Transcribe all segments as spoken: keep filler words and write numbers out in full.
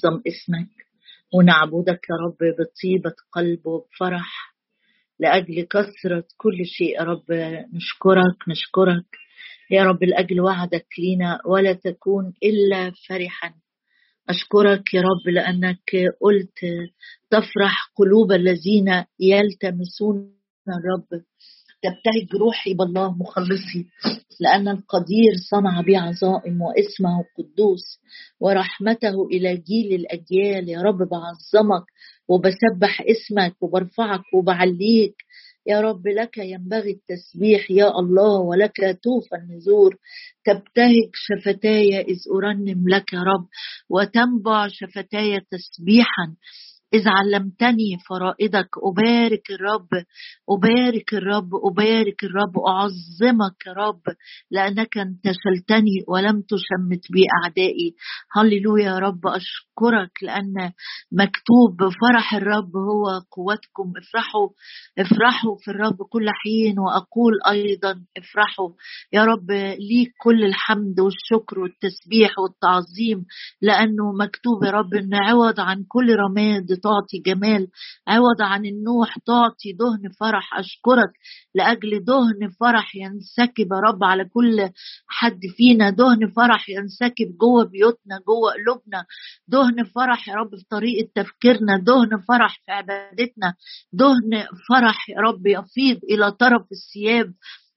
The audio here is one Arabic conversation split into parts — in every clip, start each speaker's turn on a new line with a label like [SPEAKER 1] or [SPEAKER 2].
[SPEAKER 1] اسمك ونعبدك يا رب بطيبة قلب وبفرح لأجل كثرة كل شيء. يا رب نشكرك نشكرك يا رب لأجل وعدك لينا ولا تكون إلا فرحا. أشكرك يا رب لأنك قلت تفرح قلوب الذين يلتمسون الرب، تبتهج روحي بالله مخلصي، لأن القدير صنع بي عظائم واسمه قدوس ورحمته إلى جيل الأجيال. يا رب بعظمك وبسبح اسمك وبرفعك وبعليك يا رب، لك ينبغي التسبيح يا الله ولك توفى النذور. تبتهج شفتاي إذ أرنم لك يا رب وتنبع شفتاي تسبيحا إذ علمتني فرائدك. أبارك الرب أبارك الرب أبارك الرب أعظمك يا رب لأنك انتشلتني ولم تشمت بي أعدائي. هللويا يا رب. أشكرك لأن مكتوب فرح الرب هو قوتكم. افرحوا افرحوا في الرب كل حين، وأقول أيضا افرحوا. يا رب ليك كل الحمد والشكر والتسبيح والتعظيم، لأنه مكتوب يا رب أن عوض عن كل رماد تعطي جمال، عوض عن النوح تعطي دهن فرح. أشكرك لأجل دهن فرح ينسكب يا رب على كل حد فينا، دهن فرح ينسكب جوه بيوتنا جوه قلوبنا، دهن فرح يا رب في طريقة تفكيرنا، دهن فرح في عبادتنا، دهن فرح يا رب يفيض إلى طرف الثياب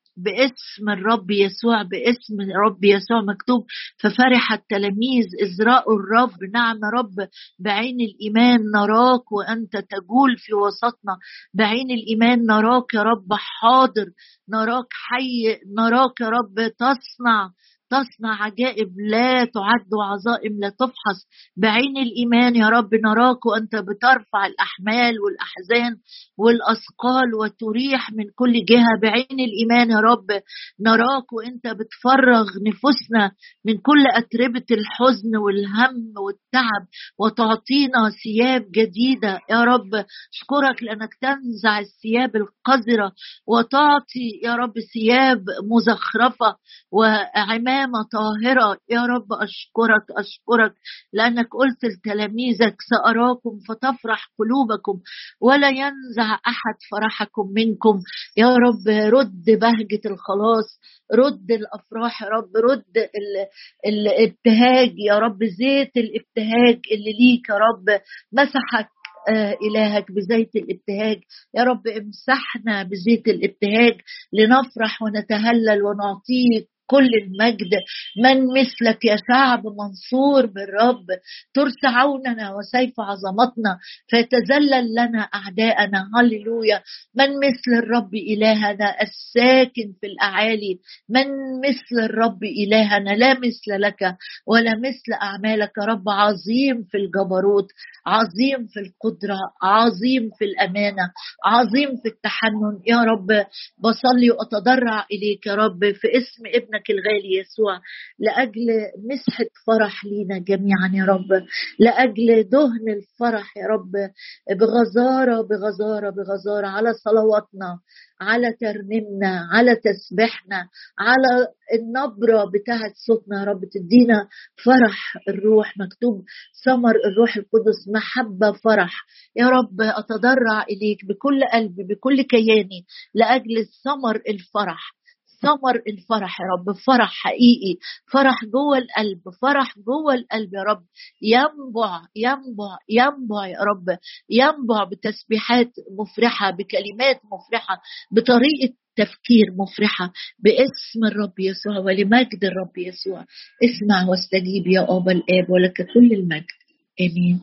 [SPEAKER 1] باسم الرب يسوع. باسم الرب يسوع مكتوب ففرح التلاميذ إذ رأوا الرب. نعم رب، بعين الإيمان نراك وأنت تجول في وسطنا، بعين الإيمان نراك يا رب حاضر، نراك حي، نراك يا رب تصنع تصنع عجائب لا تعد وعظائم لا تفحص. بعين الإيمان يا رب نراك وأنت بترفع الأحمال والأحزان والأثقال وتريح من كل جهة. بعين الإيمان يا رب نراك وأنت بتفرغ نفوسنا من كل أتربة الحزن والهم والتعب وتعطينا ثياب جديدة. يا رب أشكرك لأنك تنزع الثياب القذرة وتعطي يا رب ثياب مزخرفة وعمامة طاهرة. يا رب أشكرك أشكرك لأنك قلت لتلاميذك سأراكم فتفرح قلوبكم ولا ينزع أحد فرحكم منكم. يا رب رد بهجة الخلاص، رد الأفراح يا رب، رد ال... الابتهاج يا رب، زيت الابتهاج اللي ليك يا رب مسحك آه إلهك بزيت الابتهاج. يا رب امسحنا بزيت الابتهاج لنفرح ونتهلل ونعطيك كل المجد. من مثلك يا شعب منصور بالرب، ترس عوننا وسيف عظمتنا فيتذلل لنا أعداءنا. هللويا. من مثل الرب إلهنا الساكن في الأعالي، من مثل الرب إلهنا لا مثل لك ولا مثل أعمالك يا رب. عظيم في الجبروت، عظيم في القدرة، عظيم في الأمانة، عظيم في التحنن. يا رب بصلي وأتضرع إليك يا رب في اسم ابنك الغالي يسوع لأجل مسحة فرح لينا جميعا يا رب، لأجل دهن الفرح يا رب بغزارة بغزارة بغزارة على صلواتنا، على ترنيمنا، على تسبيحنا، على النبرة بتاعت صوتنا يا رب. تدينا فرح الروح. مكتوب ثمر الروح القدس محبة فرح. يا رب أتضرع إليك بكل قلبي بكل كياني لأجل ثمر الفرح، ثمر الفرح يا رب، فرح حقيقي، فرح جوه القلب، فرح جوه القلب يا رب، ينبع ينبع ينبع يا رب، ينبع بتسبيحات مفرحة، بكلمات مفرحة، بطريقة تفكير مفرحة باسم الرب يسوع ولمجد الرب يسوع. اسمع واستجيب يا أبا الآب ولك كل المجد. آمين.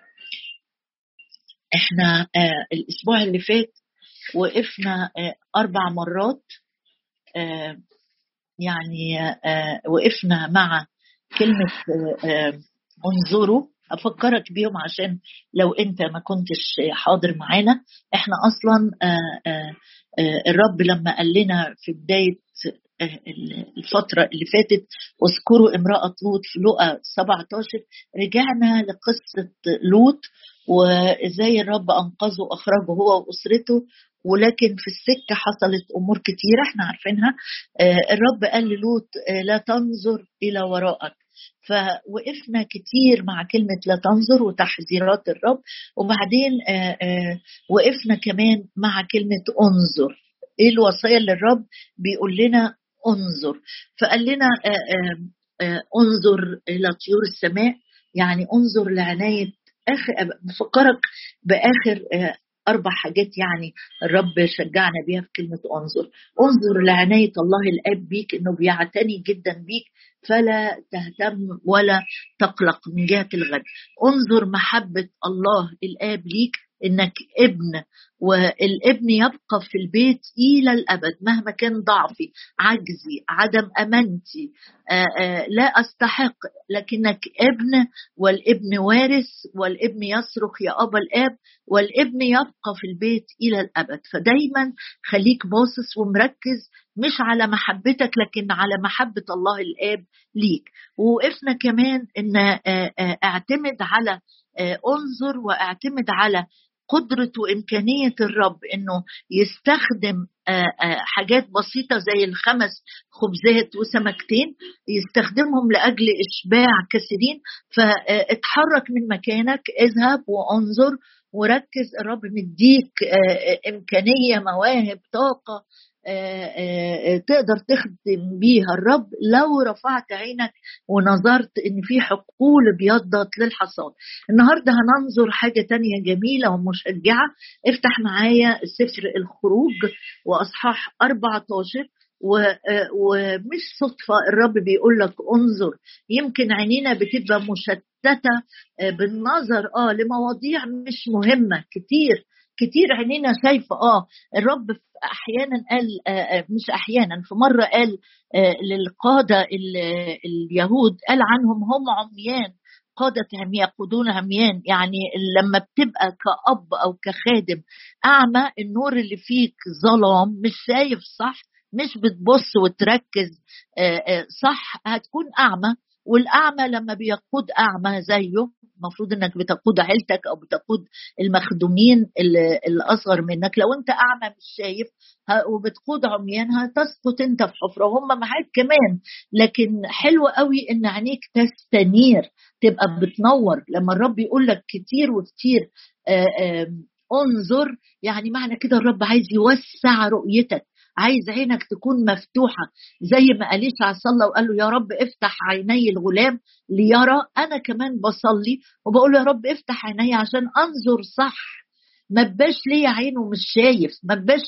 [SPEAKER 1] احنا آه الأسبوع اللي فات وقفنا آه أربع مرات آه يعني آه وقفنا مع كلمة آه انظروا. أفكرك بيهم عشان لو أنت ما كنتش حاضر معانا. إحنا أصلا آه آه آه الرب لما قال لنا في بداية آه الفترة اللي فاتت اذكروا امرأة لوط في لقا سبعة عشر، رجعنا لقصة لوط وإزاي الرب أنقذه وأخرجه هو وأسرته. ولكن في السكة حصلت أمور كتيرة احنا عارفينها. آه الرب قال للوط آه لا تنظر إلى وراءك، فوقفنا كتير مع كلمة لا تنظر وتحذيرات الرب، وبعدين آآ آآ وقفنا كمان مع كلمة انظر، ايه الوصية اللي الرب بيقول لنا انظر. فقال لنا آآ آآ انظر إلى طيور السماء، يعني انظر لعناية آخر، بفكرك بآخر أربع حاجات يعني الرب شجعنا بيها في كلمة انظر. انظر لعناية الله الآب بيك، إنه بيعتني جدا بيك، فلا تهتم ولا تقلق من جهة الغد. انظر محبة الله الآب ليك، إنك ابن، والابن يبقى في البيت إلى الأبد مهما كان ضعفي، عجزي، عدم أمانتي، آآ آآ لا أستحق، لكنك ابن، والابن وارث، والابن يصرخ يا أبا الآب، والابن يبقى في البيت إلى الأبد. فدايما خليك باصص ومركز مش على محبتك لكن على محبة الله الآب ليك. ووقفنا كمان إن اعتمد على انظر، واعتمد على قدرة وإمكانية الرب إنه يستخدم حاجات بسيطة زي الخمس خبزات وسمكتين، يستخدمهم لأجل إشباع كثيرين. فاتحرك من مكانك، اذهب وانظر وركز. الرب مديك إمكانية، مواهب، طاقة تقدر تخدم بيها الرب لو رفعت عينك ونظرت ان في حقول بيضت للحصاد. النهاردة هننظر حاجة تانية جميلة ومشجعة. افتح معايا سفر الخروج واصحاح أربعة عشر، ومش صدفة الرب بيقول لك انظر. يمكن عينينا بتبقى مشتتة بالنظر اه لمواضيع مش مهمة كتير كتير، عينينا شايفة اه الرب احيانا قال آه مش احيانا في مرة قال آه للقادة اليهود، قال عنهم هم عميان، قادة هم يقودون عميان. يعني لما بتبقى كأب او كخادم اعمى، النور اللي فيك ظلام، مش شايف صح، مش بتبص وتركز آه آه صح، هتكون اعمى. والأعمى لما بيقود أعمى زيه، مفروض أنك بتقود عيلتك أو بتقود المخدومين الأصغر منك. لو أنت أعمى مش شايف وبتقود عميان، هتسقط أنت في حفرة وهم معاك كمان. لكن حلو قوي أن عينيك تستنير، تبقى بتنور. لما الرب يقول لك كتير وكتير آآ آآ انظر، يعني معنى كده الرب عايز يوسع رؤيتك، عايز عينك تكون مفتوحة. زي ما أليشع صلى وقال له يا رب افتح عيني الغلام ليرى. أنا كمان بصلي وبقول يا رب افتح عيني عشان أنظر صح، ما بقاش ليا عين ومش شايف، ما بقاش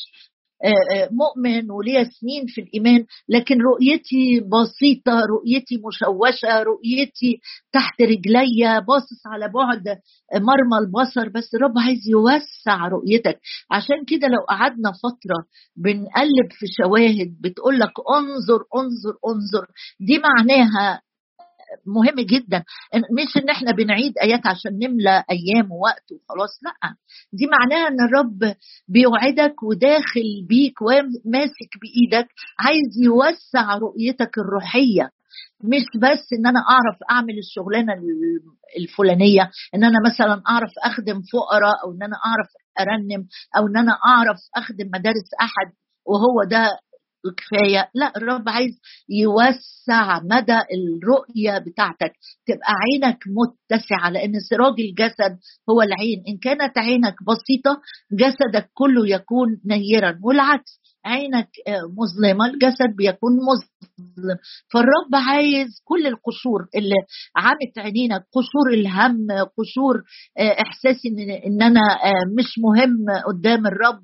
[SPEAKER 1] مؤمن وليا سنين في الإيمان لكن رؤيتي بسيطة، رؤيتي مشوشة، رؤيتي تحت رجلي، باصص على بعد مرمى البصر. بس الرب عايز يوسع رؤيتك. عشان كده لو قعدنا فترة بنقلب في شواهد بتقولك انظر انظر انظر، دي معناها مهم جدا. مش ان احنا بنعيد ايات عشان نملى ايام ووقت وخلاص، لا، دي معناها ان الرب بيوعدك وداخل بيك وماسك بايدك، عايز يوسع رؤيتك الروحية. مش بس ان انا اعرف اعمل الشغلانة الفلانية، ان انا مثلا اعرف اخدم فقراء، او ان انا اعرف ارنم، او ان انا اعرف اخدم مدارس احد وهو ده كفاية. لا، الرب عايز يوسع مدى الرؤية بتاعتك، تبقى عينك متسعة، لأن سراج الجسد هو العين. إن كانت عينك بسيطة جسدك كله يكون نيرا، والعكس عينك مظلمة الجسد بيكون مظلم. فالرب عايز كل القشور اللي عامت عينينا، قشور الهم، قشور إحساسي إن أنا مش مهم قدام الرب،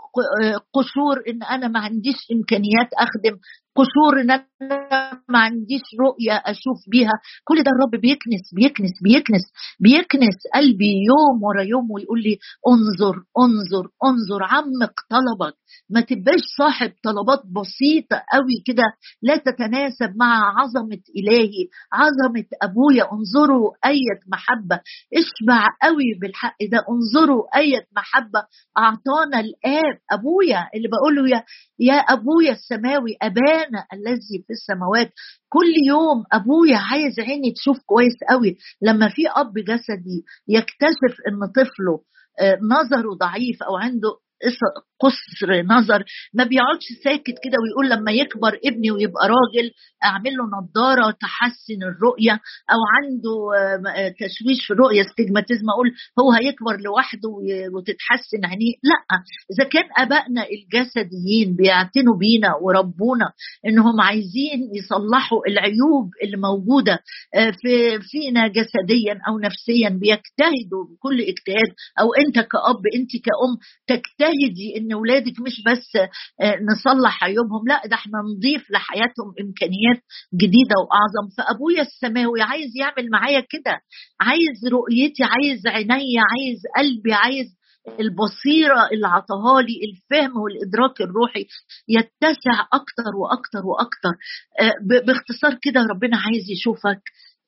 [SPEAKER 1] قشور ان انا ما عنديش امكانيات اخدم، قشور ان انا ما عنديش رؤية اشوف بيها. كل ده الرب بيكنس بيكنس بيكنس بيكنس قلبي يوم ورا يوم ويقول لي انظر انظر انظر، عمق طلبك، ما تبقاش صاحب طلبات بسيطة قوي كده لا تتناسب مع عظمة إلهي، عظمة أبويا. انظروا أية محبة، اشبع قوي بالحق ده. انظروا أية محبة أعطانا الآب، أبويا اللي بقوله يا يا أبويا السماوي، أبانا الذي في السماوات. كل يوم أبويا عايز عيني تشوف كويس قوي. لما في أب جسدي يكتشف إن طفله نظره ضعيف أو عنده قصر نظر، ما بيقعدش ساكت كده ويقول لما يكبر ابني ويبقى راجل اعمل له نظاره تحسن الرؤيه، او عنده تشويش في الرؤيه استجماتيزم اقول هو هيكبر لوحده وتتحسن عينيه. لا، اذا كان ابائنا الجسديين بيعتنوا بينا وربونا انهم عايزين يصلحوا العيوب اللي موجوده في فينا جسديا او نفسيا، بيجتهدوا بكل اجتهاد، او انت كأب انت كأم تجتهدي ان اولادك مش بس نصلح عيوبهم، لا ده احنا نضيف لحياتهم امكانيات جديده واعظم. فابويا السماوي عايز يعمل معايا كده، عايز رؤيتي، عايز عيني، عايز قلبي، عايز البصيره اللي عطاها لي، الفهم والادراك الروحي يتسع اكتر واكتر واكتر. باختصار كده ربنا عايز يشوفك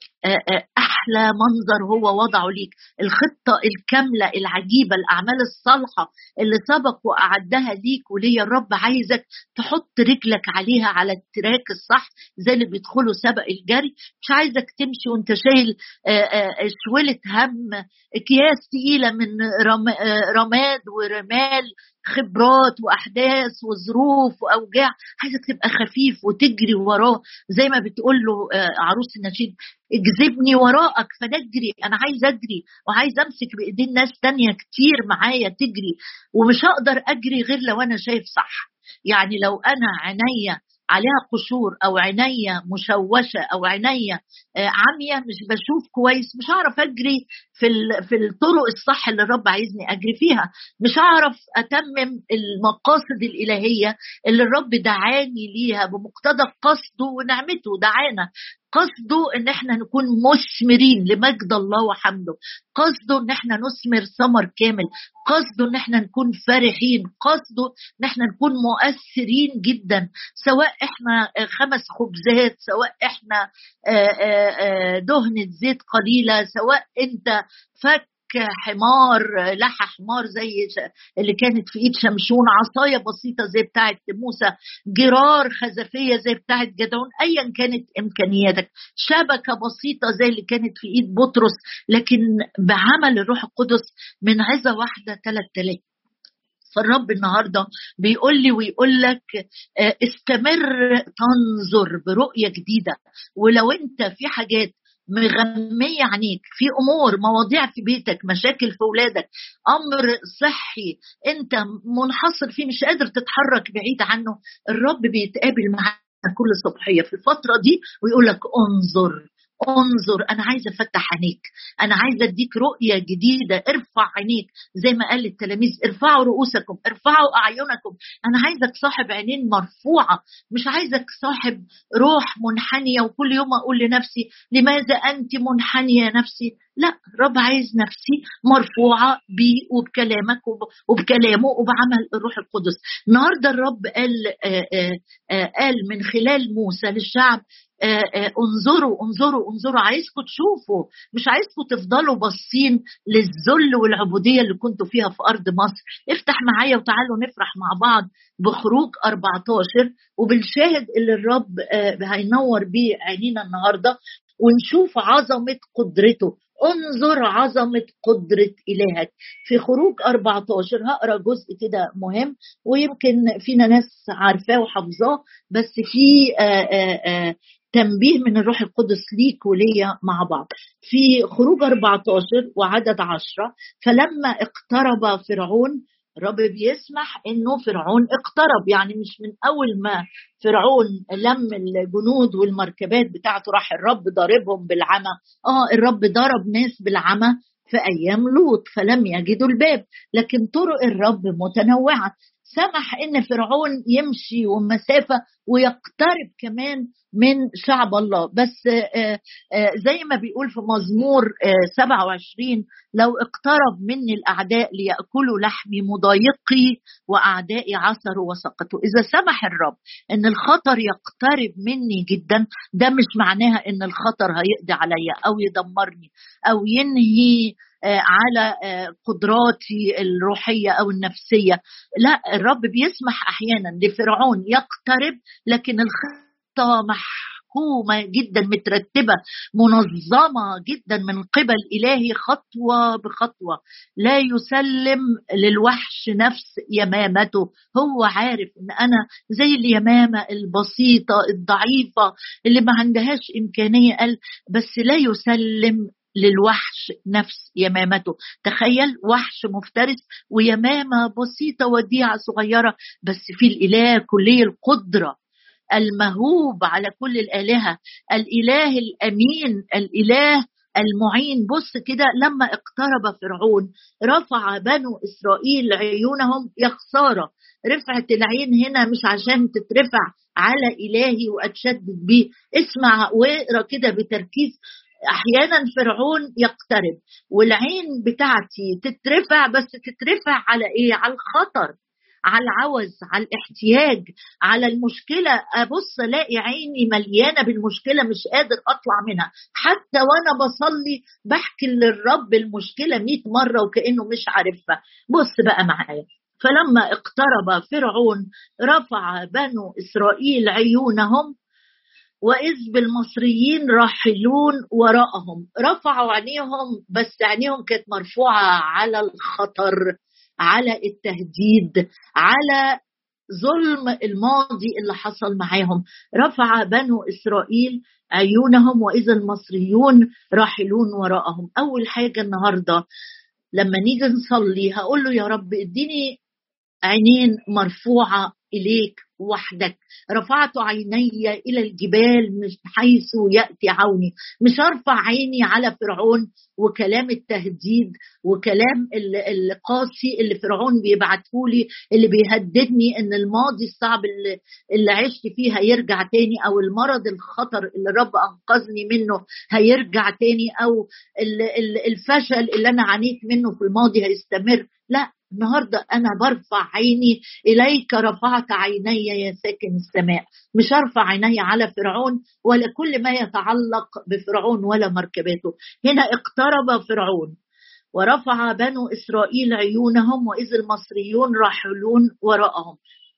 [SPEAKER 1] أحلى منظر هو وضعه ليك، الخطة الكاملة العجيبة، الأعمال الصالحة اللي سبق وأعدها ليك وليا. الرب عايزك تحط رجلك عليها على التراك الصح زي اللي بيدخلوا سبق الجري. مش عايزك تمشي وانت شايل شولة هم، أكياس تقيلة من رماد ورمال خبرات وأحداث وظروف وأوجاع. عايزك تبقى خفيف وتجري وراه زي ما بتقول له عروس النشيد اجذبني وراءك فنجري. أنا عايز أجري وعايز أمسك بإيدين ناس تانية كتير معايا تجري، ومش هقدر أجري غير لو أنا شايف صح. يعني لو أنا عينيا عليها قشور أو عينيا مشوشة أو عينيا عمية مش بشوف كويس، مش هعرف أجري في في الطرق الصح اللي الرب عايزني أجري فيها، مش هعرف أتمم المقاصد الإلهية اللي الرب دعاني ليها بمقتضى قصده ونعمته. دعانا قصده ان احنا نكون مثمرين لمجد الله وحمده، قصده ان احنا نثمر ثمر كامل، قصده ان احنا نكون فرحين، قصده ان احنا نكون مؤثرين جدا، سواء احنا خمس خبزات، سواء احنا دهنة زيت قليلة، سواء انت فك حمار لحى حمار زي اللي كانت في ايد شمشون، عصايه بسيطه زي بتاعه موسى، جرار خزفيه زي بتاعه جدعون، ايا كانت امكانياتك، شبكه بسيطه زي اللي كانت في ايد بطرس، لكن بعمل الروح القدس من عظه واحده ثلاثة آلاف. فالرب النهارده بيقول لي ويقول لك استمر تنظر برؤيه جديده. ولو انت في حاجات مغمية عنيك، في أمور مواضيع في بيتك، مشاكل في أولادك، أمر صحي أنت منحصر فيه مش قادر تتحرك بعيد عنه، الرب بيتقابل معاك كل صبحية في الفترة دي ويقول لك انظر انظر، أنا عايزة أفتح عينيك، أنا عايزة أديك رؤية جديدة، ارفع عينيك زي ما قال التلاميذ ارفعوا رؤوسكم ارفعوا أعينكم. أنا عايزك صاحب عينين مرفوعة، مش عايزك صاحب روح منحنية وكل يوم أقول لنفسي لماذا أنت منحنية يا نفسي. لا، رب عايز نفسي مرفوعة بيه وبكلامك وبكلامه وبعمل الروح القدس. النهاردة الرب قال آآ آآ قال من خلال موسى للشعب آآ آآ انظروا انظروا انظروا، عايزكم تشوفوا، مش عايزكم تفضلوا باصين للذل والعبودية اللي كنتوا فيها في أرض مصر. افتح معايا وتعالوا نفرح مع بعض بخروج أربعتاشر وبالشاهد اللي الرب هينور بيه عينينا النهاردة ونشوف عظمة قدرته. انظر عظمة قدرة إلهك في خروج أربعتاشر. هقرأ جزء كده مهم ويمكن فينا ناس عارفاه وحافظاه، بس في آآ آآ تنبيه من الروح القدس ليك وليا مع بعض. في خروج أربعتاشر وعدد عشرة، فلما اقترب فرعون، الرب بيسمح انه فرعون اقترب، يعني مش من اول ما فرعون لم الجنود والمركبات بتاعته راح الرب ضاربهم بالعمى. اه الرب ضرب ناس بالعمى في ايام لوط فلم يجدوا الباب، لكن طرق الرب متنوعة. سمح ان فرعون يمشي ومسافة ويقترب كمان من شعب الله، بس آآ آآ زي ما بيقول في مزمور سبعة وعشرين لو اقترب مني الأعداء ليأكلوا لحمي مضايقي وأعدائي عثروا وسقطوا. إذا سمح الرب إن الخطر يقترب مني جدا، ده مش معناها إن الخطر هيقضي عليا أو يدمرني أو ينهي على قدراتي الروحية أو النفسية. لا، الرب بيسمح أحيانا لفرعون يقترب، لكن الخطة محكومة جدا، مترتبة، منظمة جدا من قبل إلهي خطوة بخطوة. لا يسلم للوحش نفس يمامته. هو عارف إن أنا زي اليمامة البسيطة الضعيفة اللي ما عندهاش إمكانية، قال بس لا يسلم للوحش نفس يمامته. تخيل وحش مفترس ويمامة بسيطة وديعة صغيرة، بس في الإله كلي القدرة المهوب على كل الآلهة، الإله الأمين، الإله المعين. بص كده، لما اقترب فرعون رفع بنو إسرائيل عيونهم. يا خسارة، رفعت العين هنا مش عشان تترفع على إلهي وأتشدد بيه. اسمع واقرأ كده بتركيز. احيانا فرعون يقترب والعين بتاعتي تترفع، بس تترفع على ايه؟ على الخطر، على العوز، على الاحتياج، على المشكلة. ابص الاقي عيني مليانة بالمشكلة مش قادر اطلع منها، حتى وانا بصلي بحكي للرب المشكلة مئة مرة وكأنه مش عارفها. بص بقى معايا، فلما اقترب فرعون رفع بنو إسرائيل عيونهم وإذ بالمصريين راحلون وراءهم. رفعوا عينيهم، بس عينيهم كانت مرفوعة على الخطر، على التهديد، على ظلم الماضي اللي حصل معاهم. رفع بنو إسرائيل عيونهم وإذ المصريون راحلون وراءهم. أول حاجة النهاردة لما نيجي نصلي هقول له يا رب اديني عينين مرفوعة إليك وحدك. رفعت عيني إلى الجبال من حيث يأتي عوني. مش هرفع عيني على فرعون وكلام التهديد وكلام القاسي اللي فرعون بيبعته لي، اللي بيهددني إن الماضي الصعب اللي, اللي عشت فيه هيرجع تاني، أو المرض الخطر اللي الرب أنقذني منه هيرجع تاني، أو الفشل اللي أنا عانيت منه في الماضي هيستمر. لا، النهاردة أنا برفع عيني إليك. رفعت عيني يا ساكن السماء. مش هرفع عيني على فرعون ولا كل ما يتعلق بفرعون ولا مركباته. هنا اقترب فرعون ورفع بنو إسرائيل عيونهم وإذ المصريون راحلون وراءهم.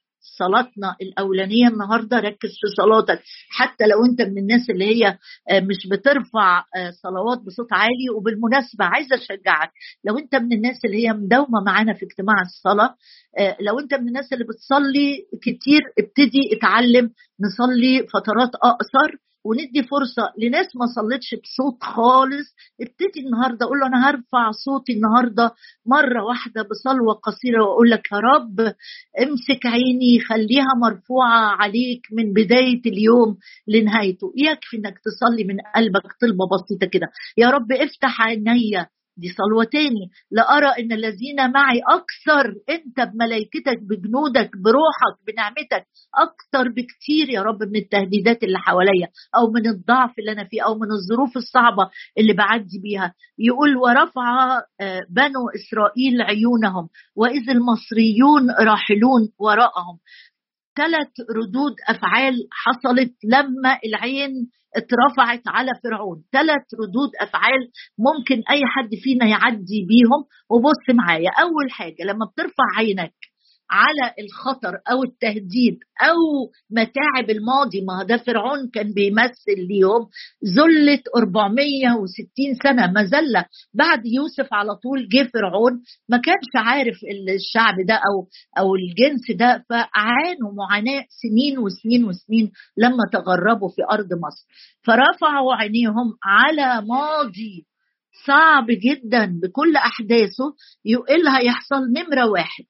[SPEAKER 1] صلاتنا الأولانية النهاردة، ركز في صلاتك. حتى لو أنت من الناس اللي هي مش بترفع صلوات بصوت عالي، وبالمناسبة عايزة أشجعك لو أنت من الناس اللي هي مداومة معانا في اجتماع الصلاة، لو أنت من الناس اللي بتصلي كتير ابتدي اتعلم نصلي فترات أقصر وندي فرصة لناس ما صلتش بصوت خالص. ابتدي النهاردة أقول له أنا هرفع صوتي النهاردة مرة واحدة بصلوة قصيرة وأقول لك يا رب امسك عيني خليها مرفوعة عليك من بداية اليوم لنهايته. يكفي انك تصلي من قلبك طلبة بسيطة كده، يا رب افتح عيني. دي صلوة تاني، لأرى إن الذين معي أكثر. أنت بملائكتك بجنودك بروحك بنعمتك أكثر بكتير يا رب من التهديدات اللي حواليا، أو من الضعف اللي أنا فيه، أو من الظروف الصعبة اللي بعدي بيها. يقول ورفع بنو إسرائيل عيونهم وإذ المصريون راحلون وراءهم. ثلاث ردود أفعال حصلت لما العين اترفعت على فرعون. ثلاث ردود أفعال ممكن أي حد فينا يعدي بيهم. وبص معايا، أول حاجة لما بترفع عينك على الخطر أو التهديد أو متاعب الماضي، ما ده فرعون كان بيمثل ليهم ذلة أربعمية وستين سنة مذلة. بعد يوسف على طول جه فرعون، ما كانش عارف الشعب ده أو أو الجنس ده، فعانوا معاناة سنين وسنين وسنين لما تغربوا في أرض مصر. فرفعوا عينيهم على ماضي صعب جدا بكل أحداثه. يقول هيحصل نمرة واحد،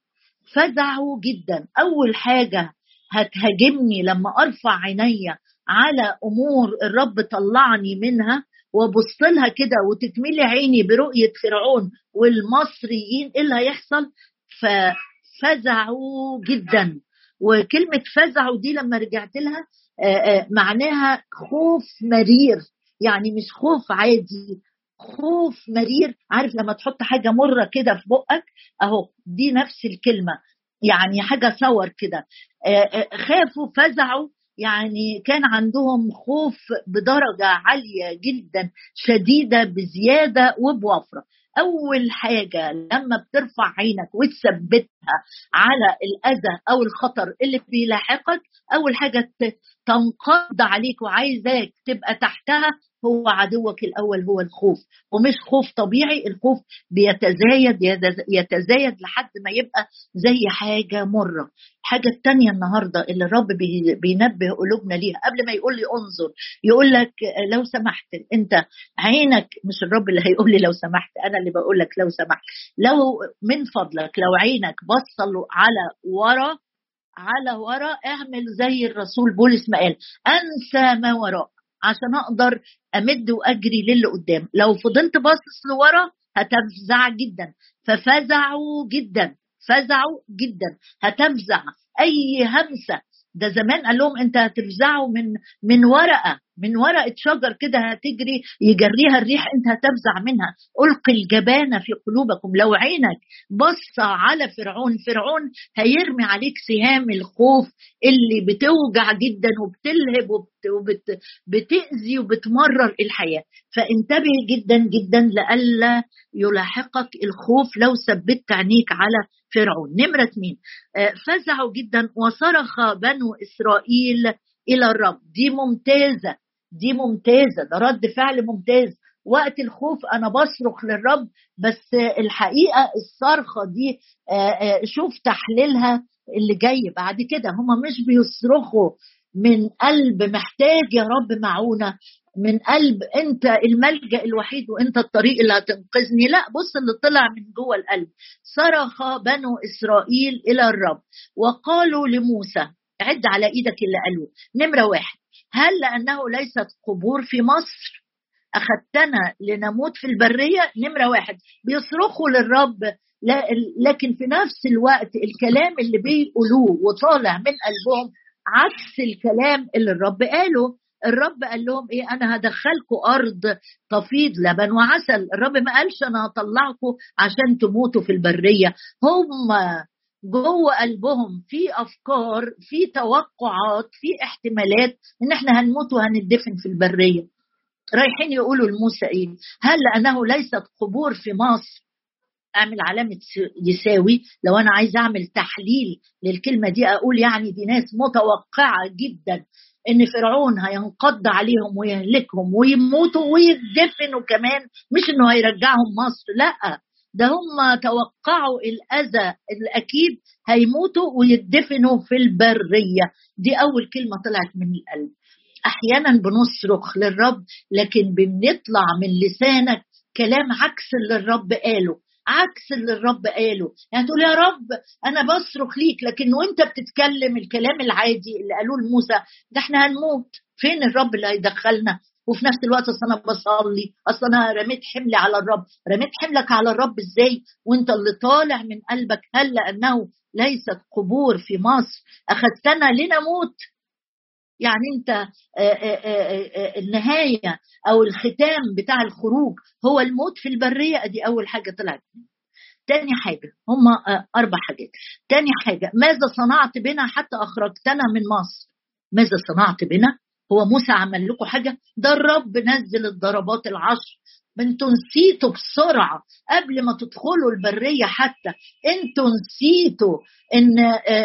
[SPEAKER 1] فزعوا جدا. أول حاجة هتهاجمني لما أرفع عيني على أمور الرب طلعني منها وبص لها كده وتتملي عيني برؤية فرعون والمصريين، إيه اللي هيحصل؟ ففزعوا جدا. وكلمة فزعوا دي لما رجعت لها معناها خوف مرير، يعني مش خوف عادي، خوف مرير. عارف لما تحط حاجة مرة كده في بقك، اهو دي نفس الكلمة، يعني حاجة صور كده. خافوا فزعوا، يعني كان عندهم خوف بدرجة عالية جدا شديدة بزيادة وبوفرة. أول حاجة لما بترفع عينك وتثبت على الأذى أو الخطر اللي بيلاحقك، أول حاجة تنقض عليك وعايزاك تبقى تحتها هو عدوك الأول، هو الخوف. ومش خوف طبيعي، الخوف بيتزايد يتزايد لحد ما يبقى زي حاجة مرة. الحاجة التانية النهاردة اللي الرب بينبه قلوبنا ليها قبل ما يقول لي انظر، يقول لك لو سمحت انت عينك، مش الرب اللي هيقول لي لو سمحت، انا اللي بقول لك لو سمحت، لو من فضلك لو عينك بصلوا على ورا على ورا اعمل زي الرسول بولس ما قال، انسى ما وراء عشان اقدر امد واجري للي قدام. لو فضلت باصص لورا هتفزع جدا، ففزعوا جدا فزعوا جدا هتفزع اي همسه. ده زمان قال لهم انت هتفزعوا من من ورقه من ورقه شجر كده هتجري يجريها الريح، انت هتفزع منها. القي الجبانه في قلوبكم. لو عينك بص على فرعون، فرعون هيرمي عليك سهام الخوف اللي بتوجع جدا وبتلهب وبتأذي وبتمرر الحياه. فانتبه جدا جدا لألا يلاحقك الخوف لو ثبت عينيك على فرعون. نمرة اتنين، فزعوا جدا وصرخ بنو إسرائيل إلى الرب. دي ممتازة دي ممتازة ده رد فعل ممتاز. وقت الخوف أنا بصرخ للرب، بس الحقيقة الصرخة دي شوف تحليلها اللي جاي بعد كده. هما مش بيصرخوا من قلب محتاج يا رب معونة، من قلب انت الملجأ الوحيد وانت الطريق اللي هتنقذني. لا، بص اللي طلع من جوه القلب. صرخ بنو إسرائيل إلى الرب وقالوا لموسى، عد على ايدك اللي قالوه. نمرة واحد، هل لأنه ليست قبور في مصر أخذتنا لنموت في البرية؟ نمرة واحد بيصرخوا للرب، لكن في نفس الوقت الكلام اللي بيقولوه وطالع من قلبهم عكس الكلام اللي الرب قاله. الرب قال لهم ايه؟ انا هدخلكم ارض تفيض لبن وعسل. الرب ما قالش انا هطلعكم عشان تموتوا في البرية. هم جوه قلبهم في افكار، في توقعات، في احتمالات ان احنا هنموت وهندفن في البرية. رايحين يقولوا لموسى ايه؟ هل لانه ليست قبور في مصر؟ اعمل علامة يساوي. لو انا عايز اعمل تحليل للكلمة دي اقول يعني دي ناس متوقعة جدا ان فرعون هينقض عليهم ويهلكهم ويموتوا ويدفنوا كمان، مش انه هيرجعهم مصر، لا، ده هم توقعوا الاذى الاكيد، هيموتوا ويدفنوا في البرية. دي اول كلمة طلعت من القلب. احيانا بنصرخ للرب لكن بنطلع من لسانك كلام عكس اللي الرب قاله، عكس اللي الرب قاله. يعني تقول يا رب انا بصرخ ليك، لكن وانت بتتكلم الكلام العادي اللي قالوه لموسى ده احنا هنموت، فين الرب اللي هيدخلنا؟ وفي نفس الوقت اصل انا بصلي، اصل انا رميت حملي على الرب. رميت حملك على الرب ازاي وانت اللي طالع من قلبك هل لانه ليست قبور في مصر اخذتنا لنموت؟ يعني انت آآ آآ النهاية او الختام بتاع الخروج هو الموت في البرية. دي اول حاجة طلعت. تاني حاجة، هم اربع حاجات. تاني حاجة، ماذا صنعت بنا حتى اخرجتنا من مصر؟ ماذا صنعت بنا؟ هو موسى عمل لكم حاجة؟ ده الرب نزل الضربات العشر. انتوا نسيتوا بسرعة قبل ما تدخلوا البرية، حتى انتوا نسيتوا ان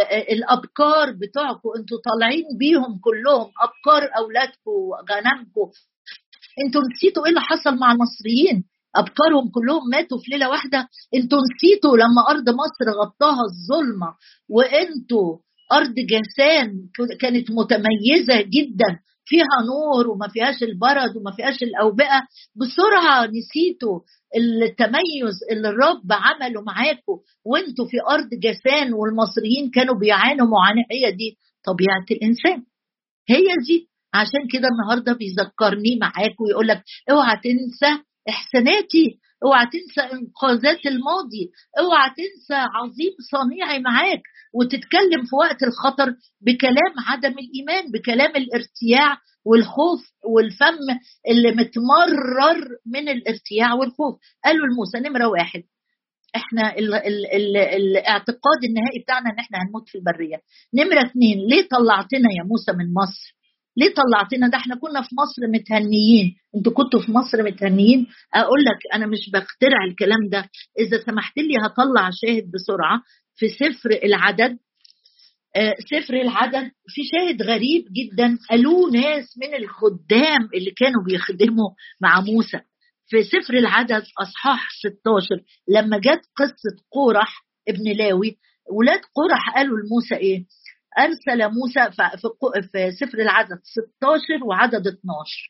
[SPEAKER 1] الابكار بتوعكم انتوا طالعين بيهم كلهم، ابكار اولادكم وغنمكم. انتوا نسيتوا ايه اللي حصل مع المصريين؟ ابكارهم كلهم ماتوا في ليلة واحدة. انتوا نسيتوا لما ارض مصر غطاها الظلمة، وانتوا ارض جاسان كانت متميزة جدا، فيها نور وما فيهاش البرد وما فيهاش الأوبئة. بسرعة نسيتوا التميز اللي الرب عمله معاكم وانتوا في أرض جاسان، والمصريين كانوا بيعانوا معاناة. هي دي طبيعة الإنسان، هي دي. عشان كده النهاردة بيذكرني معاك ويقول لك اوعى تنسى إحساناتي، اوعى تنسى إنقاذات الماضي، اوعى تنسى عظيم صنيعي معاك، وتتكلم في وقت الخطر بكلام عدم الإيمان، بكلام الارتياع والخوف والفم اللي متمرر من الارتياع والخوف. قالوا لموسى نمرة واحد، احنا ال ال ال الاعتقاد النهائي بتاعنا ان احنا هنموت في البرية. نمرة اتنين، ليه طلعتنا يا موسى من مصر؟ ليه طلعتنا؟ ده احنا كنا في مصر متهنيين، انتوا كنتوا في مصر متهنيين. اقول لك انا مش بخترع الكلام ده، اذا سمحت لي هطلع شاهد بسرعه في سفر العدد. آه سفر العدد في شاهد غريب جدا قالوه ناس من الخدام اللي كانوا بيخدموا مع موسى. في سفر العدد اصحاح ستاشر لما جت قصه قورح ابن لاوي، ولاد قورح قالوا لموسى ايه؟ أرسل موسى في سفر العدد ستاشر وعدد اتناشر،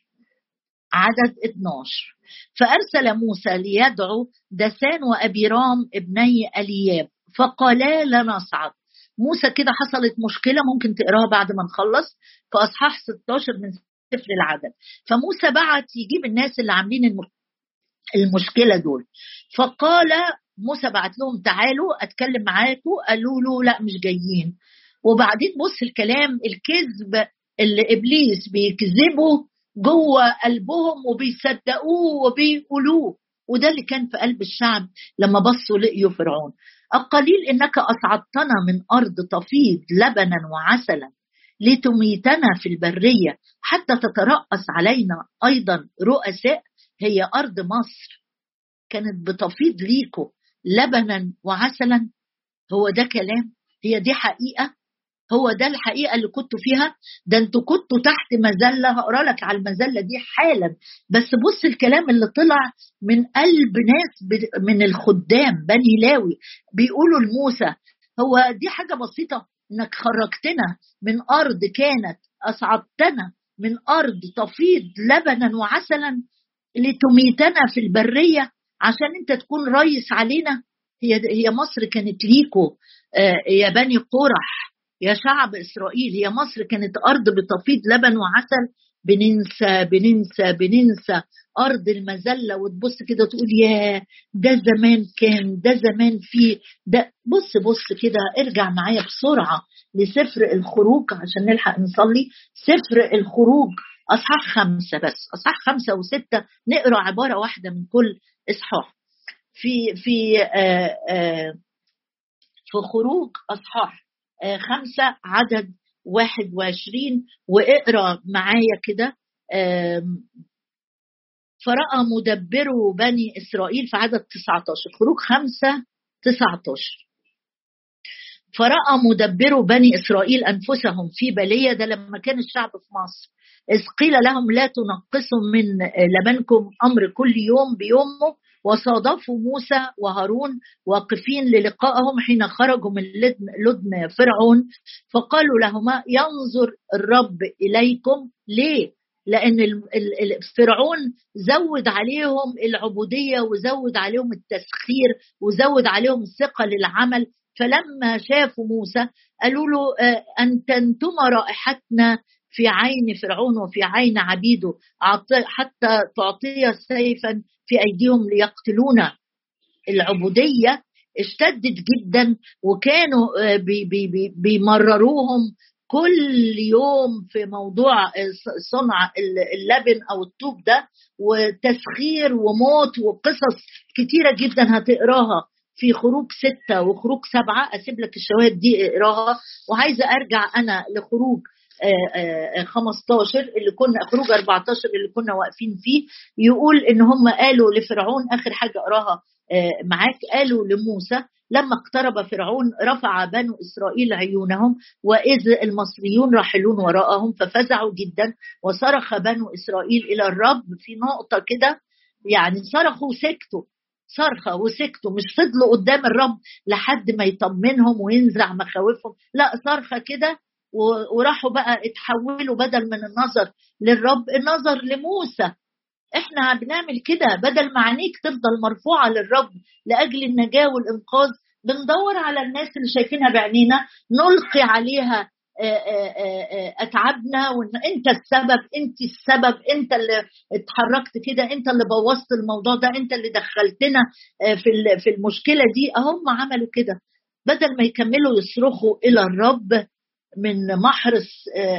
[SPEAKER 1] عدد اتناشر، فأرسل موسى ليدعو دسان وأبيرام ابني ألياب فقالا لا نصعد. موسى كده حصلت مشكلة ممكن تقراها بعد ما نخلص في أصحاح ستاشر من سفر العدد. فموسى بعت يجيب الناس اللي عاملين المشكلة دول، فقال موسى بعت لهم تعالوا أتكلم معاكم، قالوا له لا مش جايين. وبعدين بص الكلام الكذب اللي إبليس بيكذبه جوه قلبهم وبيصدقوه وبيقولوه، وده اللي كان في قلب الشعب لما بصوا لقيوا فرعون. القليل إنك أصعدتنا من أرض تفيض لبنا وعسلا لتميتنا في البرية حتى تترأس علينا أيضا رؤساء. هي أرض مصر كانت بتفيض ليكم لبنا وعسلا، هو ده كلام؟ هي دي حقيقة؟ هو ده الحقيقة اللي كنتوا فيها؟ ده انتوا كنتوا تحت مذلة، هقرأ لك على المذلة دي حالا. بس بص الكلام اللي طلع من قلب ناس من الخدام بني لاوي بيقولوا لموسى، هو دي حاجة بسيطة انك خرجتنا من أرض كانت، أصعدتنا من أرض تفيض لبنا وعسلا لتميتنا في البرية عشان انت تكون رئيس علينا؟ هي هي مصر كانت ليكو آه يا بني قورح يا شعب إسرائيل، هي مصر كانت أرض بتفيض لبن وعسل. بننسى بننسى بننسى أرض المذلة، وتبص كده تقول يا ده زمان كان، ده زمان فيه ده. بص بص كده ارجع معايا بسرعة لسفر الخروج عشان نلحق نصلي. سفر الخروج أصحاح خمسة، بس أصحاح خمسة وستة نقرأ عبارة واحدة من كل إصحاح. في في آآ آآ في خروج أصحاح خمسة عدد واحد وعشرين، واقرأ معايا كده. فرأى مدبرو بني إسرائيل في عدد تسعة عشر، خروج خمسة تسعة عشر. فرأى مدبرو بني إسرائيل أنفسهم في بلية، ده لما كان الشعب في مصر، إذ قيل لهم لا تنقصوا من لبنكم أمر كل يوم بيومه. وصادفوا موسى وهارون واقفين للقائهم حين خرجوا من لدن فرعون، فقالوا لهما ينظر الرب إليكم. ليه؟ لأن فرعون زود عليهم العبودية وزود عليهم التسخير وزود عليهم الثقة للعمل. فلما شافوا موسى قالوا له أن تنتم رائحتنا في عين فرعون وفي عين عبيده حتى تعطي سيفا في أيديهم ليقتلونا. العبودية اشتدت جدا، وكانوا بي بي بيمرروهم كل يوم في موضوع صنع اللبن أو الطوب ده، وتسخير وموت وقصص كتيرة جدا هتقراها في خروج ستة وخروج سبعة. أسيب لك الشواهد دي اقراها. وعايزة أرجع أنا لخروج خمستاشر اللي كنا، خروج أربعتاشر اللي كنا واقفين فيه، يقول إن هم قالوا لفرعون، آخر حاجة أراها معاك، قالوا لموسى لما اقترب فرعون رفع بنو إسرائيل عيونهم وإذ المصريون راحلون وراءهم ففزعوا جدا وصرخ بنو إسرائيل إلى الرب. في نقطة كده يعني صرخوا وسكتوا، صرخة وسكتوا، مش فضلوا قدام الرب لحد ما يطمنهم وينزع مخاوفهم، لا صرخة كده وراحوا بقى اتحولوا بدل من النظر للرب النظر لموسى. احنا بنعمل كده، بدل ما عينيك تفضل مرفوعة للرب لأجل النجاة والإنقاذ بندور على الناس اللي شايفينها بعينينا نلقي عليها أتعبنا، وإن أنت السبب، أنت السبب، أنت اللي اتحركت كده، أنت اللي بوظت الموضوع ده، أنت اللي دخلتنا في في المشكلة دي. هم عملوا كده بدل ما يكملوا يصرخوا إلى الرب من محرس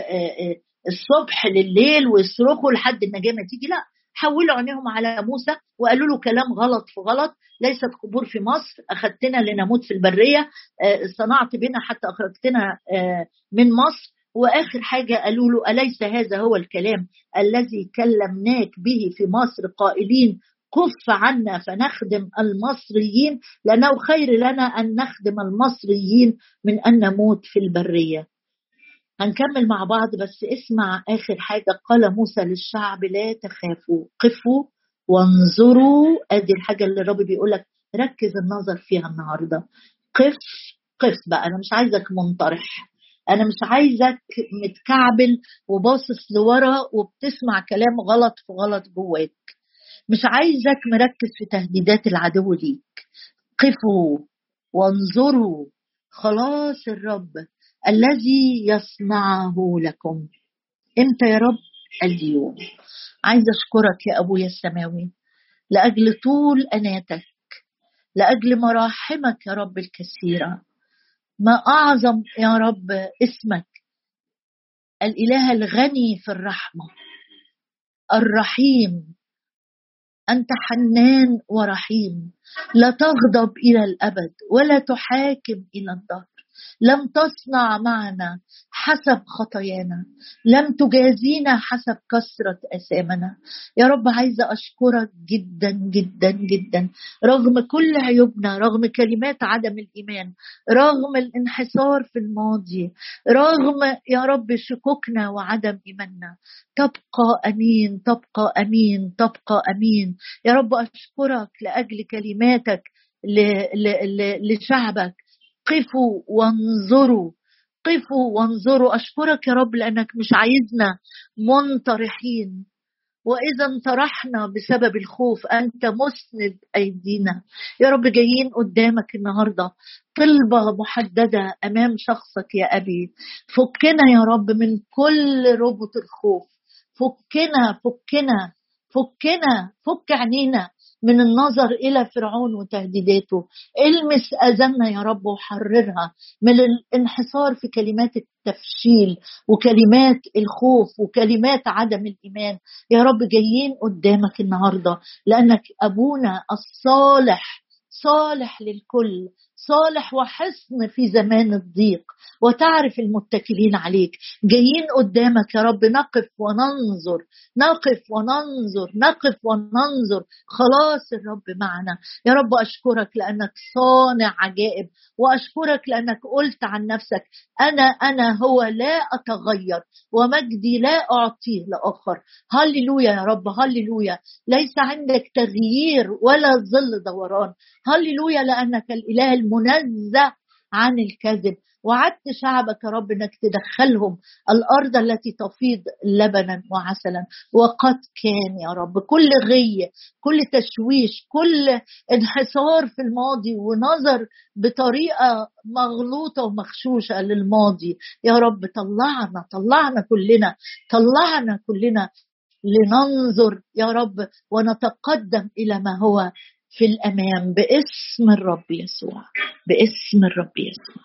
[SPEAKER 1] الصبح لليل ويصرخوا لحد النجاة ما تيجي، لا حولوا عينيهم على موسى وقالوا له كلام غلط في غلط. ليست قبور في مصر، أخذتنا لنموت في البرية، صنعت بنا حتى أخرجتنا من مصر. وآخر حاجة قالوا له أليس هذا هو الكلام الذي كلمناك به في مصر قائلين كف عنا فنخدم المصريين، لأنه خير لنا أن نخدم المصريين من أن نموت في البرية. هنكمل مع بعض، بس اسمع آخر حاجة قال موسى للشعب لا تخافوا قفوا وانظروا. ادي الحاجة اللي الرب بيقولك ركز النظر فيها النهاردة. قف قف بقى، أنا مش عايزك منطرح، أنا مش عايزك متكعبل وباصص لورا وبتسمع كلام غلط في غلط جواك، مش عايزك مركز في تهديدات العدو ليك. قفوا وانظروا خلاص الرب الذي يصنعه لكم. امتى يا رب؟ اليوم. عايز أشكرك يا أبويا السماوي لأجل طول أناتك، لأجل مراحمك يا رب الكثيرة. ما أعظم يا رب اسمك الإله الغني في الرحمة الرحيم. أنت حنان ورحيم، لا تغضب إلى الأبد ولا تحاكم إلى الدهر. لم تصنع معنا حسب خطايانا، لم تجازينا حسب كثرة أثامنا. يا رب عايزة أشكرك جدا جدا جدا، رغم كل عيوبنا، رغم كلمات عدم الإيمان، رغم الانحسار في الماضي، رغم يا رب شكوكنا وعدم إيماننا، تبقى أمين تبقى أمين تبقى أمين. يا رب أشكرك لأجل كلماتك لشعبك. قفوا وانظروا قفوا وانظروا. أشكرك يا رب لأنك مش عايزنا منطرحين، وإذا انطرحنا بسبب الخوف أنت مسند أيدينا. يا رب جايين قدامك النهاردة طلبة محددة أمام شخصك يا أبي. فكنا يا رب من كل ربط الخوف، فكنا فكنا فكنا فك عنينا من النظر إلى فرعون وتهديداته. المس أذننا يا رب وحررها من الانحصار في كلمات التفشيل وكلمات الخوف وكلمات عدم الإيمان. يا رب جايين قدامك النهاردة لأنك أبونا الصالح، صالح للكل، صالح وحصن في زمان الضيق، وتعرف المتكلين عليك. جايين قدامك يا رب نقف وننظر نقف وننظر نقف وننظر خلاص الرب معنا. يا رب أشكرك لأنك صانع عجائب، وأشكرك لأنك قلت عن نفسك أنا أنا هو لا أتغير ومجدي لا أعطيه لآخر. هللويا يا رب، هللويا. ليس عندك تغيير ولا ظل دوران. هللويا لأنك الإله المنزه عن الكذب. وعدت شعبك يا رب انك تدخلهم الارض التي تفيض لبنا وعسلا، وقد كان يا رب. كل غي، كل تشويش، كل انحسار في الماضي ونظر بطريقه مغلوطه ومغشوشه للماضي، يا رب طلعنا طلعنا كلنا طلعنا كلنا لننظر يا رب ونتقدم الى ما هو في الامام، باسم الرب يسوع، باسم الرب يسوع.